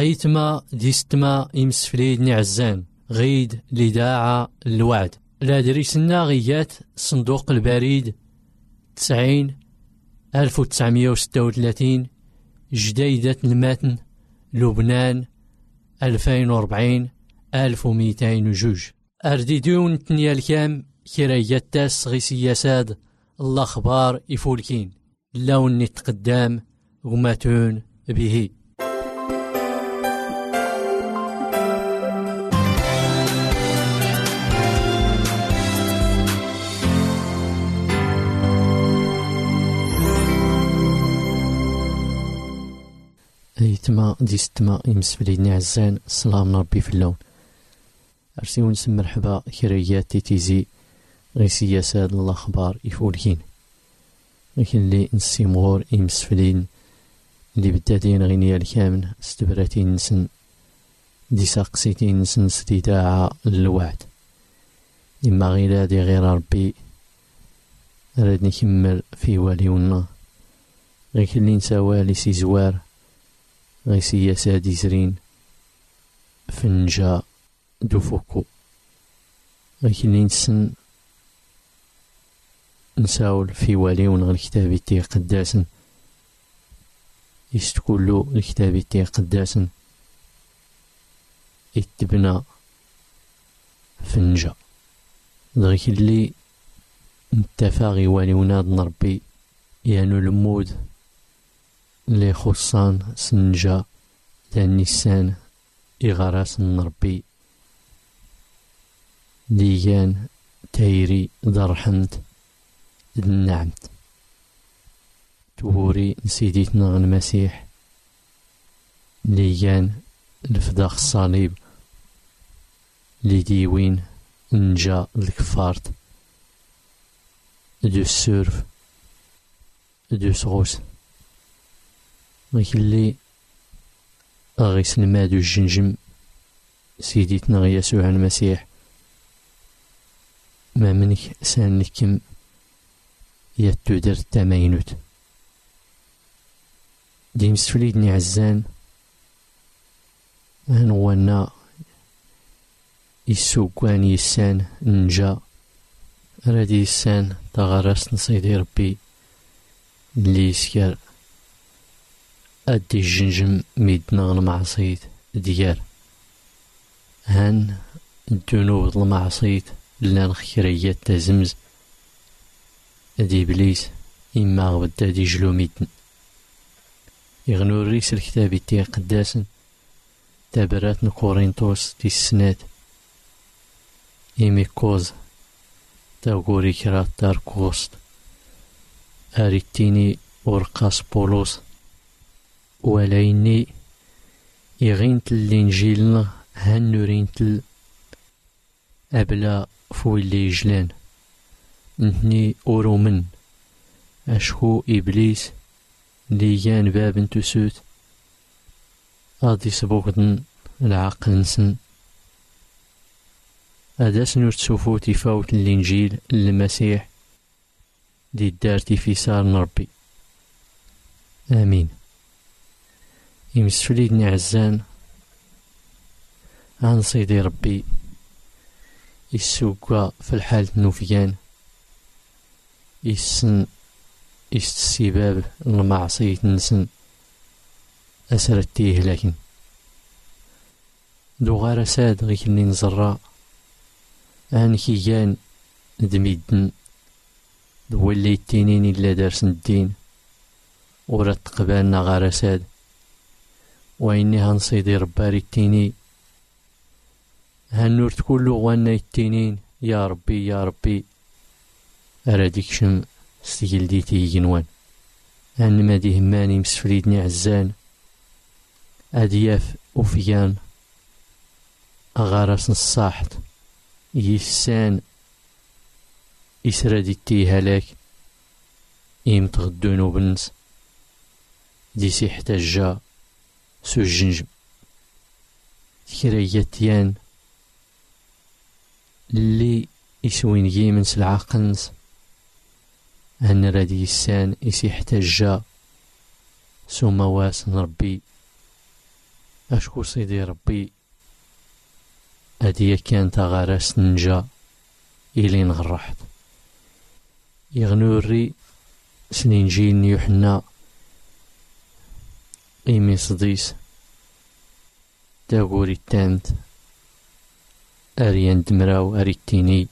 غيتما ديستما يمسفليد نعزان غيد لداعة الوعد لا دريسنا غيات صندوق البريد 90-1936 جديدة المتن لبنان 2040-1202 أرديدون تنيا الكام كرايات تاس غي سياساد الأخبار يفولكين اللون نتقدام غماتون به ايتما ديستما يمسفليدني عزان السلام ربي في اللون ارسيو نسم مرحبا كريات تيتيزي غي سياسات الاخبار يفولكين لكن اللي نسيمغور يمسفلين اللي بدادين غينيا الكامن استبراتين نسن دي ساقسيتين نسن ستيداعة الوعد إما غير دي غير ربي راد نكمل في واليونا غي كلي نساوالي سي زوار غي سياسة دي زرين فنجا دوفوكو غي كلي نسن نساول في واليون غير كتابي تي قداسن يستكلو الكتابي تي قداسن يتبنى فنجا دغيك اللي نتفاغي واليونا نربي يانو المود اللي خصان سنجا دا نيسان إغراس نربي ليان تايري درحمت النعمت توري نسيديتنا المسيح ليان الفداخ الصليب لديوين نجا الكفارت دو السورف دو سغوس مكلي أغيس المادو الجنجم سيديتنا يسوع المسيح ما منك سانكم يتدر تمينوت دي مسفليدني عزان هنوانا يسوقوان يسان نجا رادي يسان تغرس نصيدي ربي اللي يسكر أدي الجنجم ميدنا المعصيد ديار هان الذنوب المعصيد لان خيريات تزمز أدي إبليس إما غبدا دي جلو ميدن يغنو الريس الكتابي تي قداسن تابرات نكورينتوس تي السنات إيمي كوز تاغوري كرات دار كوست أريتيني ورقاس بولوس وليني يغينت الإنجيلنا هنورينتل أبلا فويلي جلان نتني أورومن أشكو إبليس ليان باب تسوت غادي سبوغدن العقل نسن أداس نور تسوفوتي فوت الإنجيل المسيح دي دارتي في سار نربي آمين يمسفليدني عزان عن صيدي ربي يسوقا في الحالة نوفيان يسن السباب المعصية نسن أسرتيه لكن دو غار ساد غيك اللي نزرع هانكي جان دميدن دو اللي التنين إلا دارس الدين ورد تقبالنا غار ساد وإني هنصيدي رباري التيني هالنور تكولو غوانا التينين يا ربي يا ربي أراديك شم ستيل ديتي يجنوان هان ما دي هماني مسفليدني عزان أدياف وفيان أغارس الصاحت يسان إسرادي تي هلاك يمتغدون وبنس دي سيحتاجا سو الجنجم كرياتيان اللي يسوين جيمنس العقنس هن رادي يسان يسيحتاجا سو مواسن ربي أشكو سيدي ربي هدية كانت غارس نجا إلي نغرحت يغنوري سنين جيل يوحنا إيمي صديس تاغوري التامت أريان دمراو أريتيني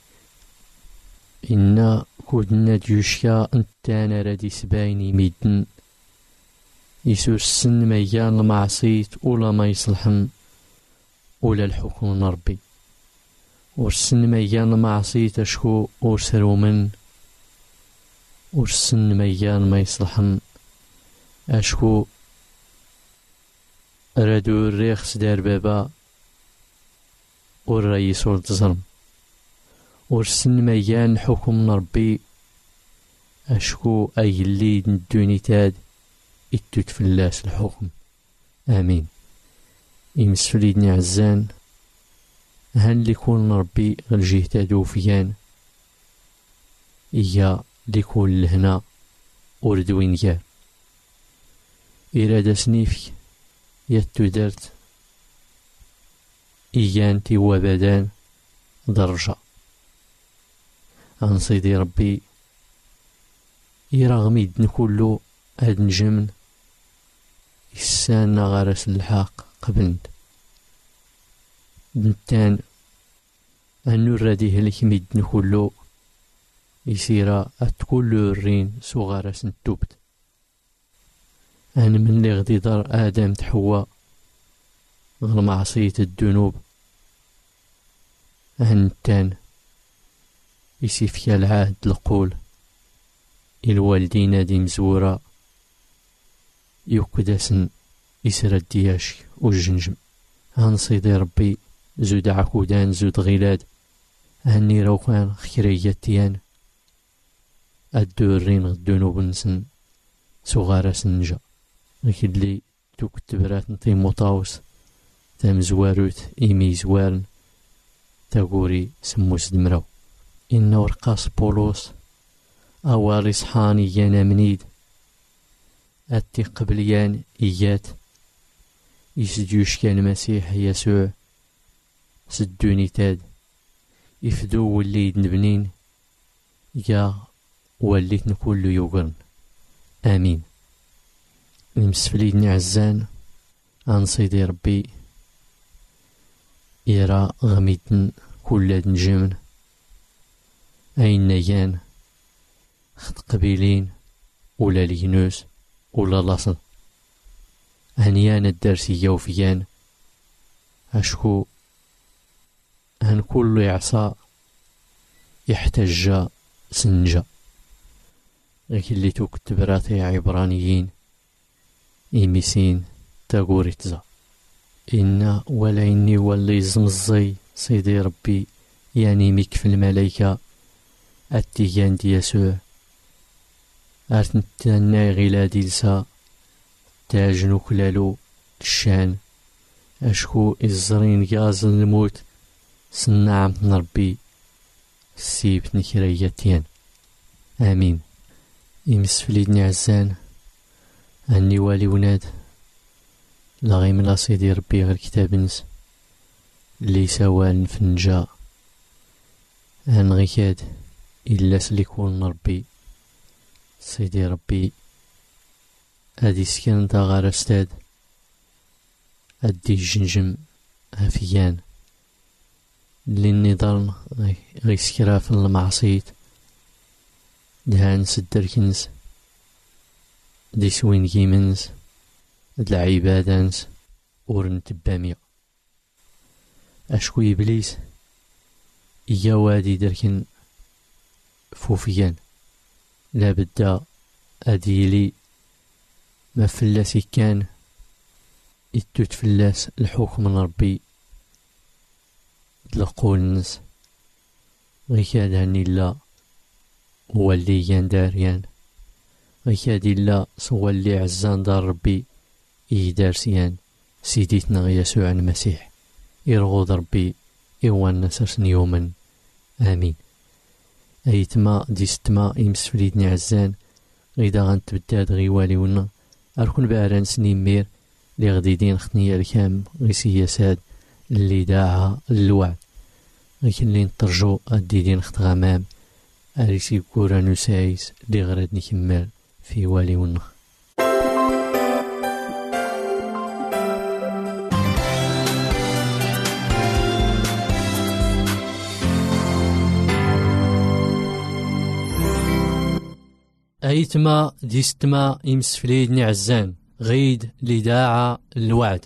إنا كودنا ديوشكا انتانا رادي سبايني ميدن يسور السن ميان المعصيت ولا ما يصلحن ولا الحكم ربي ورسن ميان المعصيت أشكو ورسرو من ورسن ميان ما يصلحن أشكو رادو الريخ سدار بابا والرئيس والتظلم ورسن ميان حكم ربي أشكو أي اللي ندوني تاد إتوت فلاس الحكم آمين. يمسفليدني عزان هن لكون ربي غلجيه تادو فيان إيا لكون لهنا وردوين جار إرادة سنيفك يتو درت إيان تي وبدان درجة عن صيدي ربي يرغمي دن كلو هاد نجمن إسان غارس الحاق قبلند دنتان أنو رادي هلك ميدن كلو يسيرا أتكلو الرين سو غارس نتوبت أنا من اللي غدي دار آدم تحوى غير معصية الذنوب هنتان يسيف العهد القول الوالدين دي مزورة يوكداسن يسرى الدياش والجنجم هان صيدي ربي زود عكودان زود غيلاد هني روخان خيريتيان الدورين الذنوب نسن صغار سنجا لكن لي تكتبرات نطي مطاوس تام زواروت إيمي زوارن تاغوري سموس دمراو إن ورقاس بولوس أوالي صحاني يانا منيد أتي قبليان إيات يسديوش كان مسيح يسوع سدوني تاد يفدو وليد نبنين يا وليت نكون له يوغرن آمين. المسفليدني عزان عن صيدي ربي يرى غميدن كل نجمن أين نيان خد قبيلين ولا لينوس ولا لاصل هنيان الدرسية وفيان أشكو هن كل يعصى يحتج سنجا لكن اللي تكتب راتي عبرانيين إيميسين تاغوري تزا إنا ولا إني ولا يزمزي سيدي ربي يعني ميك في الملايكة التيجان دي يسوع أرتنتنا غلادي لسا تاجنو كلالو الشان أشكو إزرين غاز الموت سنعم ربي سيب نكريتين آمين. يمسفليدني عزان أني والي وناد لغي من سيدي ربي غير كتاب نس اللي سوال فنجا أن غيكاد إلا سليكون ربي سيدي ربي هادي سكن دا غار استاد أدي جنجم هفيان للنظام غي سكراف المعصيت دهان سدركنس دي سوين جيمنز العبادانس ورن تبامية أشكو إبليس إيا وادي دركن فوفيان لابد أديلي ما فلاسي كان إتوت فلاس الحكم من ربي تلقول الناس غيكاد هني لا هو اللي ينداريان غيكاد إلا سوى اللي عزان دار ربي إيدارسيان سيديتنا يسوع المسيح يرغض ربي إيوان نسرسن يوما آمين. أيتما ديستما يمسفليدني عزان غيدا غنتبداد غيوالي ونا أركن بأران سنين مير لي غديدين خطنية الكام غي سياسات اللي داعها الوعد لكن اللي نترجو الديدين خط غمام أريسي كورا نسايس اللي غراد نكمل في والي ونخ. أيتما ديستما يمسفليد نعزان غيد لداعة الوعد.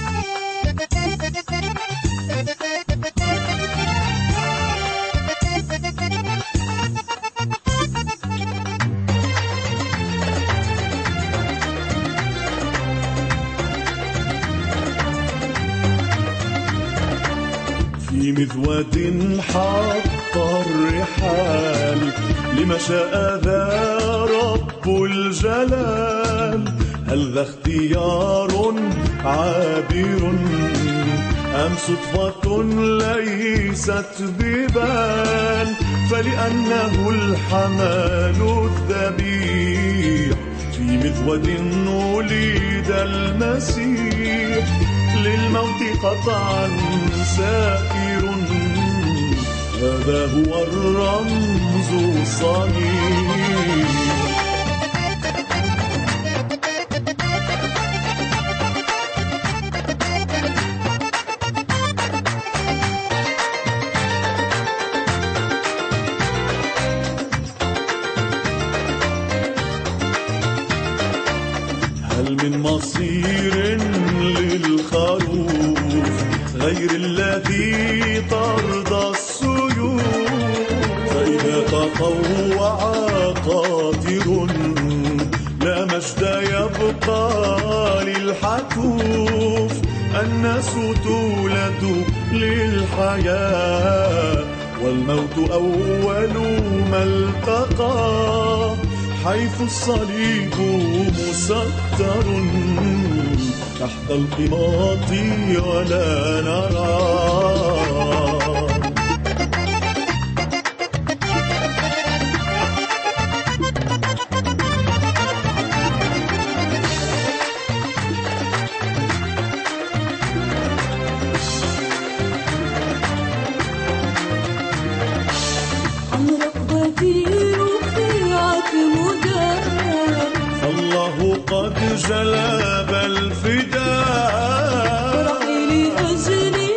في مذود حط الرحال لما شاء ذا رب الجلال. هل ذا اختيار عابر أم صدفة ليست ببال؟ فلأنه الحمال الذبيح في مذود ولد المسيح. للموت قطعا سائر هذا هو الرمز الصحيح. هل من مصير للخروف غير الذي طرد السيوف؟ فإذا تطوع قاطر لا مجد يبقى للحتوف. الناس تولد للحياة والموت أول ما التقى. حيث الصليب مسطر تحت القماط ولا نرى. قد جلب الفداء رحيل أجلي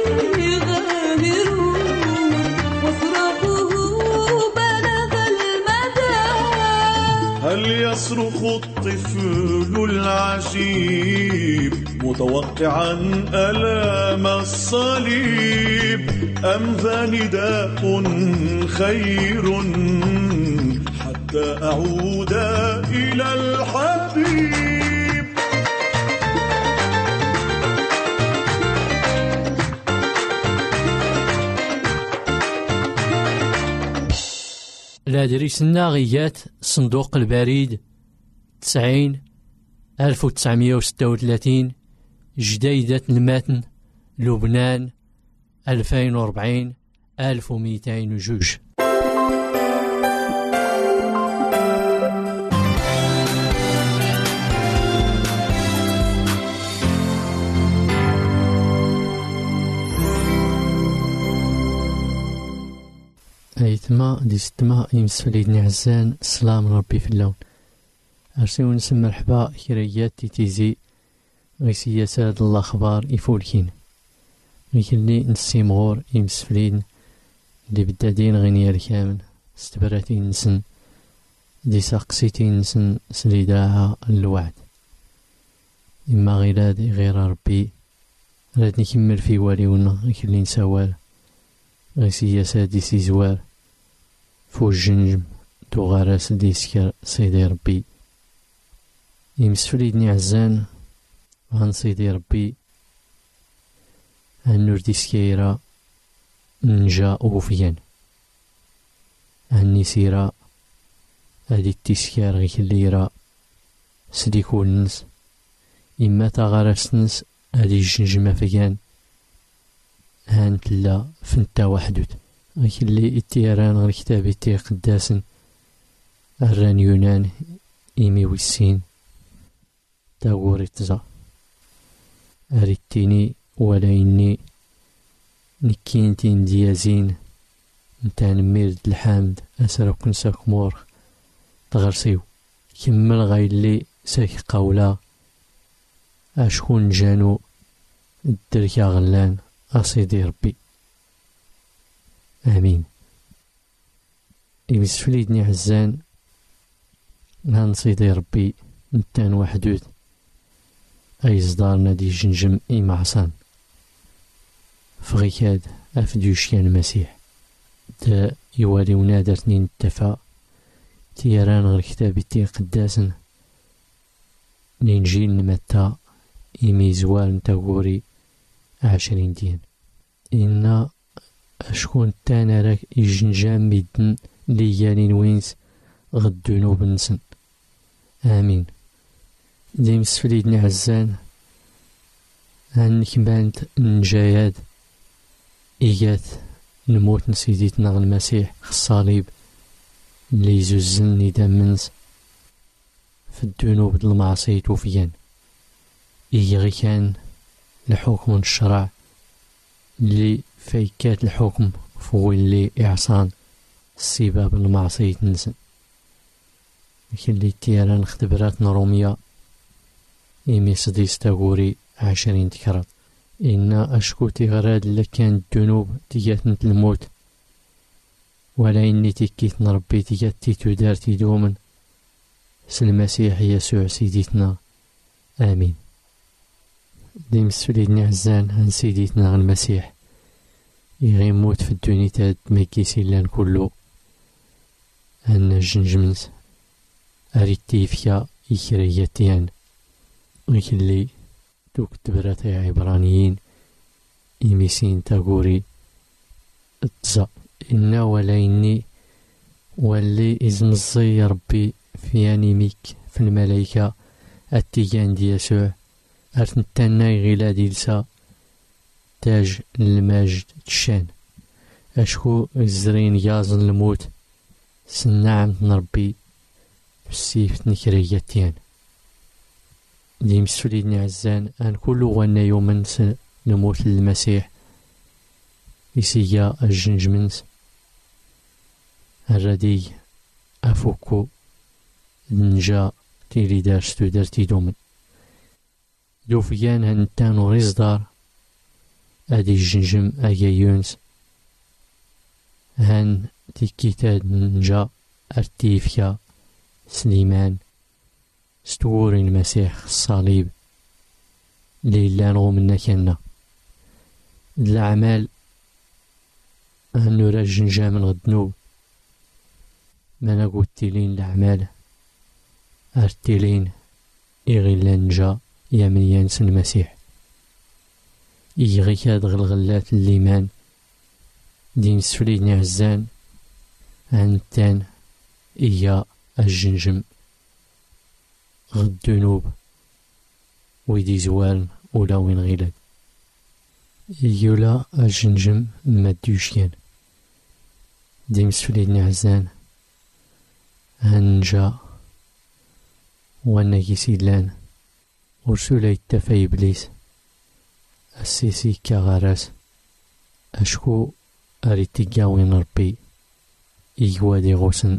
غامرون وصراخه بلغ المدى. هل يصرخ الطفل العجيب متوقعا ألام الصليب؟ أم ذا نداء خير حتى أعود إلى الحبيب؟ لا دريسنا غيات صندوق البريد 90-1936 جديدة المتن لبنان 2040-1202. أيتما ديستما يمسفليدني عزان سلام ربي في اللون. أرسيو نسم مرحبا كريات تيتيزي غي سياسات الله أخبار يفولكين غيكلي نسيمغور يمسفلين دي بدادين غينيا الكامل استبراتين نسن دي ساقسيتين نسن سليداها الوعد. إما غيراد غير ربي راد نكمل في والي ونا غيكلي نسوال غي سياسات دي سيزوار فوق الجنجم دو غراس دي سكر سيدي ربي يمسفليدني عزان عن سيدي ربي النور دي سكيرا نجا أوفيان هني سيرا هادي التسكار غيك الليرا سديكو النس إما تغارس نس هادي الجنجمة فيان هانت لا فنتا وحدود غيك اللي اتيران غير كتابي تي قداسن الران يونان إيمي ويسين تاغوري تزا أريتيني ولا إني نكينتين ديازين نتان ميرد الحامد أسرق نساك مور تغرسيو كمل غايلي ساك قولا أشكون جانو الدركا غلان أصيدي ربي آمين. يمسفليدني عزان هنصيدي ربي نتان وحدود أي صدار نادي جنجم معصان فغيكاد أفدوش كان مسيح دا يوالي ونادرتني نتفا تيران غير كتابي تي قداسن نينجيل نمتا يميزوال نتاغوري 20 دين إنا أشكون تانا راك يجنجام ميدن ليالين وينس غدونو بنسن آمين. ديم سفليدني عزان هنك بانت نجاياد إيجات نموت نسيديتنا المسيح الصليب اللي يزوزني دامنز في الذنوب المعصية وفيان إيغي كان لحكم الشرع اللي فيكات الحكم فهو اللي إعصان السباب المعصية نسن لكن اللي تيران اختبرات نروميا إيمي صديس تاغوري 20 تكرات إنا أشكو تغراد لكان الذنوب تيجاتنت الموت ولا إني تكيت نربي تيجات تيتو دارتي دومن سلمسيح يسوع سيديتنا آمين. ديم سفليدني عزان هن سيديتنا المسيح يغيموت في الدنيا تاد ميكيسي لان كله هن جنجمنس أريتي فيا إكرياتيان ويكلي دوك تبرات عبرانيين إيميسين تاغوري التزا إنا ولا إني واللي إزنزي ربي في أنيميك في الملايكة التيجان دي يسوع أرتنتانا غيلادي لسا تاج المجد تشان أشكو الزرين يازن الموت سنعم نربي بالسيف نكرياتيان ديم سفليدني عزان أن كل غوانا يومن نموت للمسيح يسيا الجنجمنس الردي أفوكو نجا تيري دارستو دارتي دومن دوفيان هنتانو ريزدار أدي الجنجم أجا يونس هن تيكيتاد نجا أرتيفيا سليمان ستوري المسيح الصليب ليلا نغمنا كنا الأعمال هنورا الجنجام من الذنوب ما نقول تيلين الأعمال أرتيلين إغلان جا يمن ينس المسيح إيغي كاد غلغلات الليمان دين سفليدني عزان هنتان إيا الجنجم غالذنوب ويدي زوال ولا وين غيلاد يولا الجنجم ماديوش كان ديم سفليدني عزان هنجا وانا كيسيلان ورسولا يتفا إبليس السيسي كغراس أشكو أريتيقاوين ربي إيوادي غوسن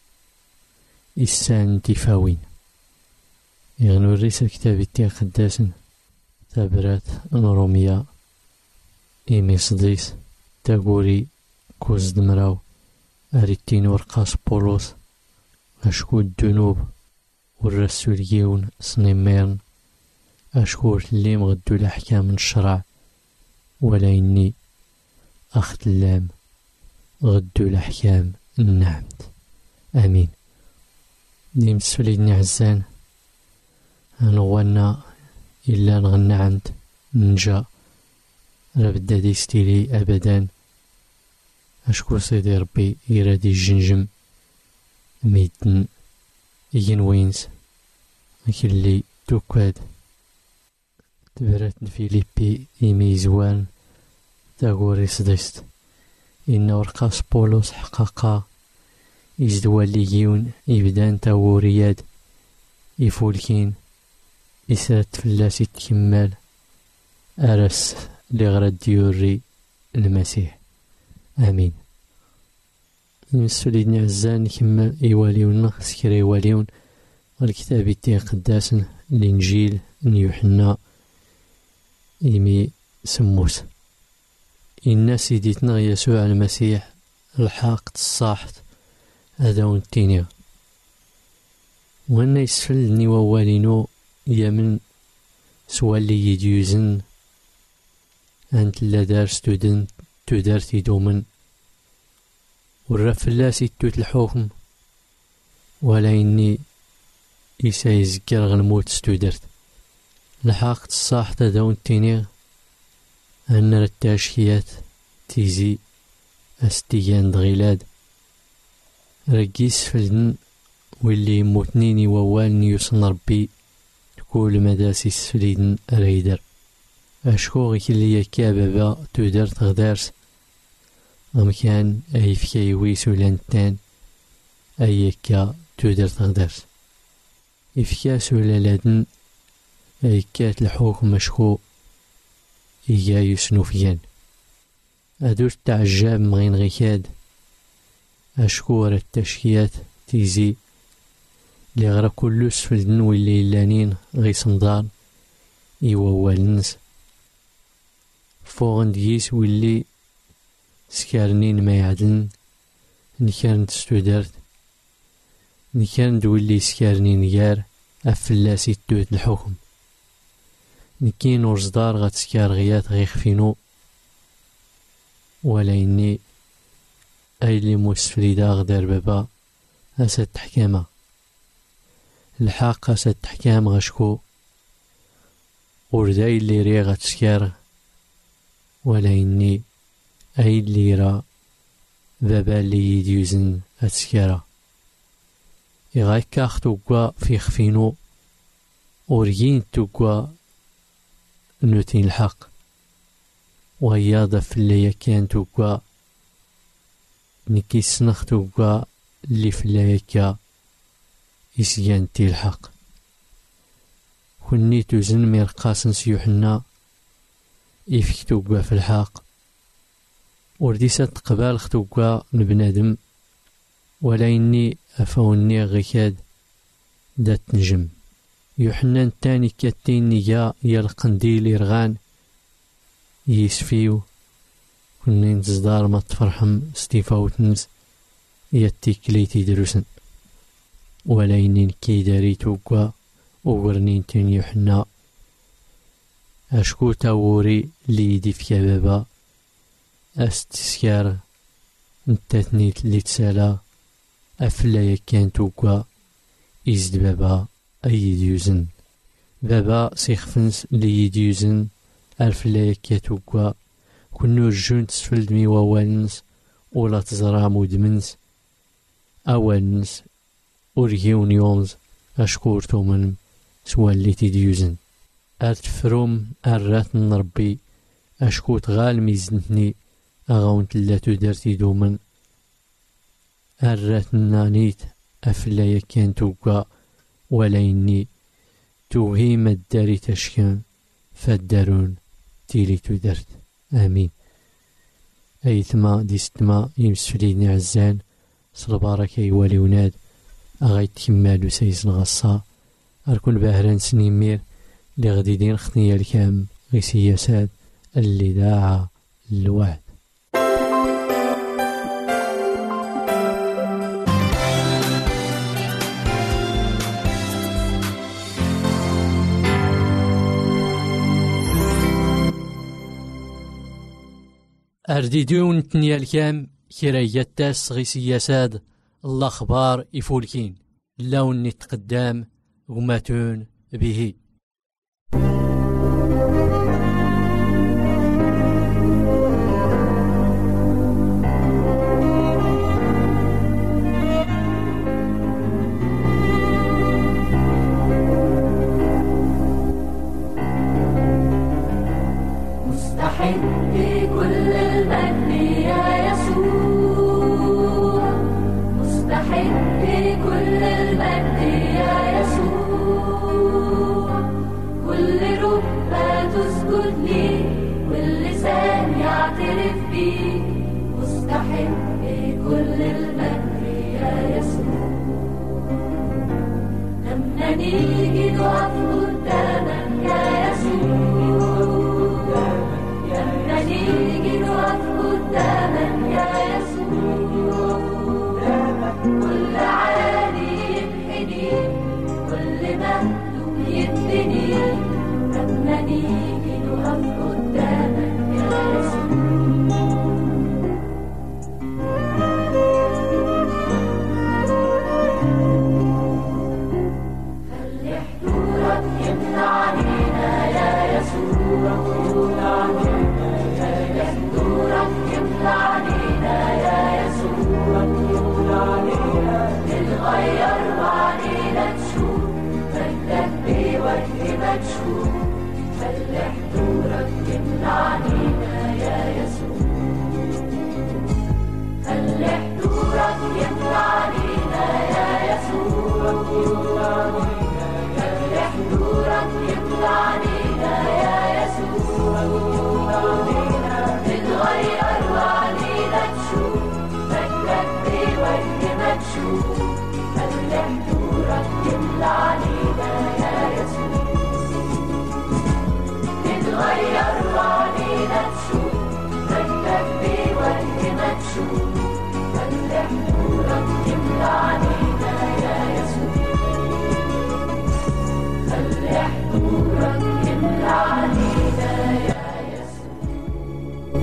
إسان تفاوين يغنو الرئيس الكتاب التي قداسن تابرات نروميا إيمي صديس تاغوري كوز دمراو أريتين ورقاس بولوس أشكو الذنوب والرسوليون صنيميرن أشكو اللي مغدو الأحكام من الشرع ولا إني أخذ اللام غدو الأحكام النعمت آمين. ديم سفليدني عزان هنغوانا إلا نغنى عند نجا ربدا ديستيلي أبدا أشكو سيدي ربي إرادي الجنجم ميدن إين وينز أكلي توكاد تبرات فيليبي إيميزوان تاغوري صديست إن ورقاس بولوس حقاقا إزدواليون إبدان تاغورياد إفولكين إسات فلاسي تكمال أرس لغرد ديوري المسيح. آمين. نمسوليدنا عزان نكمل إيواليون سكر إيواليون والكتاب التي قداس الإنجيل يوحنا إيمي سموس. إن سيدتنا يسوع المسيح الحق الصاحت هذا التينيا وانا يسفلني ووالينو يمن سوى اللي يديوزن أنت لا دار ستودنت تدارتي دومن والرفلاسي توت الحكم ولا إني إيسا يزكر غنموت ستودرت الحق الصاحت هذا التينيا أن التاشيات تيزي أستيان دغيلاد رقيس فلدن واللي يموتنيني ووالني يوصن ربي كل مداسي سفليدن ريدر أشكوغي اللي يكا بابا تودر تغدارس أمكان أي فكي ويسو لانتان أي يكا تودر تغدارس إفكا سولالادن أي كات الحكم مشكو إيا يسنو فيان أدور تعجاب مغين غيكاد أشكور التشكيات تيزي اللي غرا كلو سفلدن واللي لانين غي صندار إيوا والنس فوغن ديس واللي سكارنين ما يعدن نكارن تستودرت نكارن دولي سكارنين يار أفلاسي توت الحكم نكين ورزدار غتسكار غيات غيخفينو ولا إني أي اللي مسفريدا غدار بابا أسد تحكامة الحق أسد تحكام غشكو ورداي اللي ري غتسكار ولا إني أي اللي را بابا اللي يديوزن أتسكارا إغايكا أختوكوا في خفينو ورجين توكوا نوتين الحق وهي ضف اللي كان توكوا نكي سنخ توكوا اللي في الليكا إسيان تي الحق كني توزن ميرقاسن سيوحنا إفك توكوا في الحق ورديسة تقبال ختوكوا نبنادم ولا إني أفاوني غيكاد دات نجم يوحنا التاني كاتين نيا يالقنديل إرغان يسفيو كني نتزدار ما تفرحم ستيفاو تنس يتيكليتي دروسن ولا إني كي داري توقع وغرنين تين يوحنا أشكو تاوري ليدي في كبابا أستسكار نتاتنيت اللي تسالا أفلا يكان توقع إزد بابا أي ديوزن بابا سيخفنس اللي يديوزن أفلا يكا توقع كنو رجون تسفل دمي ووالنس ولا تزرع مدمنس أوالنس أريون يومز أشكورتو من سوى اللي تديوزن أرتفروم أراتن ربي أشكوت غال ميزنتني أغاون تلاتو دارتي دومن أراتن نانيت أفلا يكان توقع ولا إني توهيم الداري تشكان فالدارون تيلي تدرت. آمين. أيثما ديستما يمسفليني عزان صلبارك أيوالي وناد أغايت كمالو سيزن غصا أركون باهران سنيمير لغديدين خطنية الكام غي سياسات اللي داعا الوعد. أرديدون تنيا الكام كرايتاس غي سياسات الأخبار يفولكين اللون نتقدام غماتون به. مستحق كل المجد يا يسوع نعترف بيك مستحق كل المجد يا يسوع. لما نيجي نقف قدامك يا يسوع، لما نيجي نقف قدامك يا يسوع، كل عالي ينحني كل مهلوك يتبني. لما نيجي نقف قدامك يا يسوع، خلي حضورك يملى علينا يا يسوع، خلي حضورك يملى علينا يا يسوع، تتغير وعلينا تشوف مجدك بوجه مكشوف. خلي حضورك يملى علينا يا يسوع، خلي حضورك يملى علينا يا يسوع، خلي حضورك يملى علينا يا يسوع، تتغير وعلينا تشوف مجدك بوجه مكشوف. خلي حضورك يملى علينا يا يسوع، تتغير وعلينا تشوف مجدك بوجه مكشوف. خلي حضورك يملى علينا يا يسوع، خلي حضورك يملى علينا يا يسوع.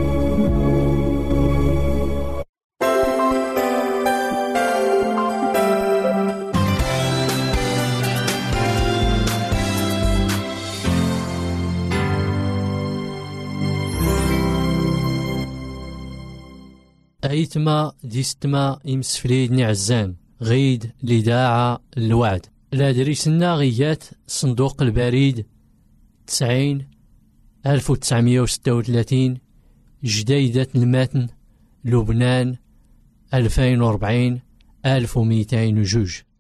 أيتما ديستما إمسفليد نعزان غيد لداعة الوعد. الأدريسنا غيات صندوق البريد 90-1936 جديدة المتن لبنان 2040-1202.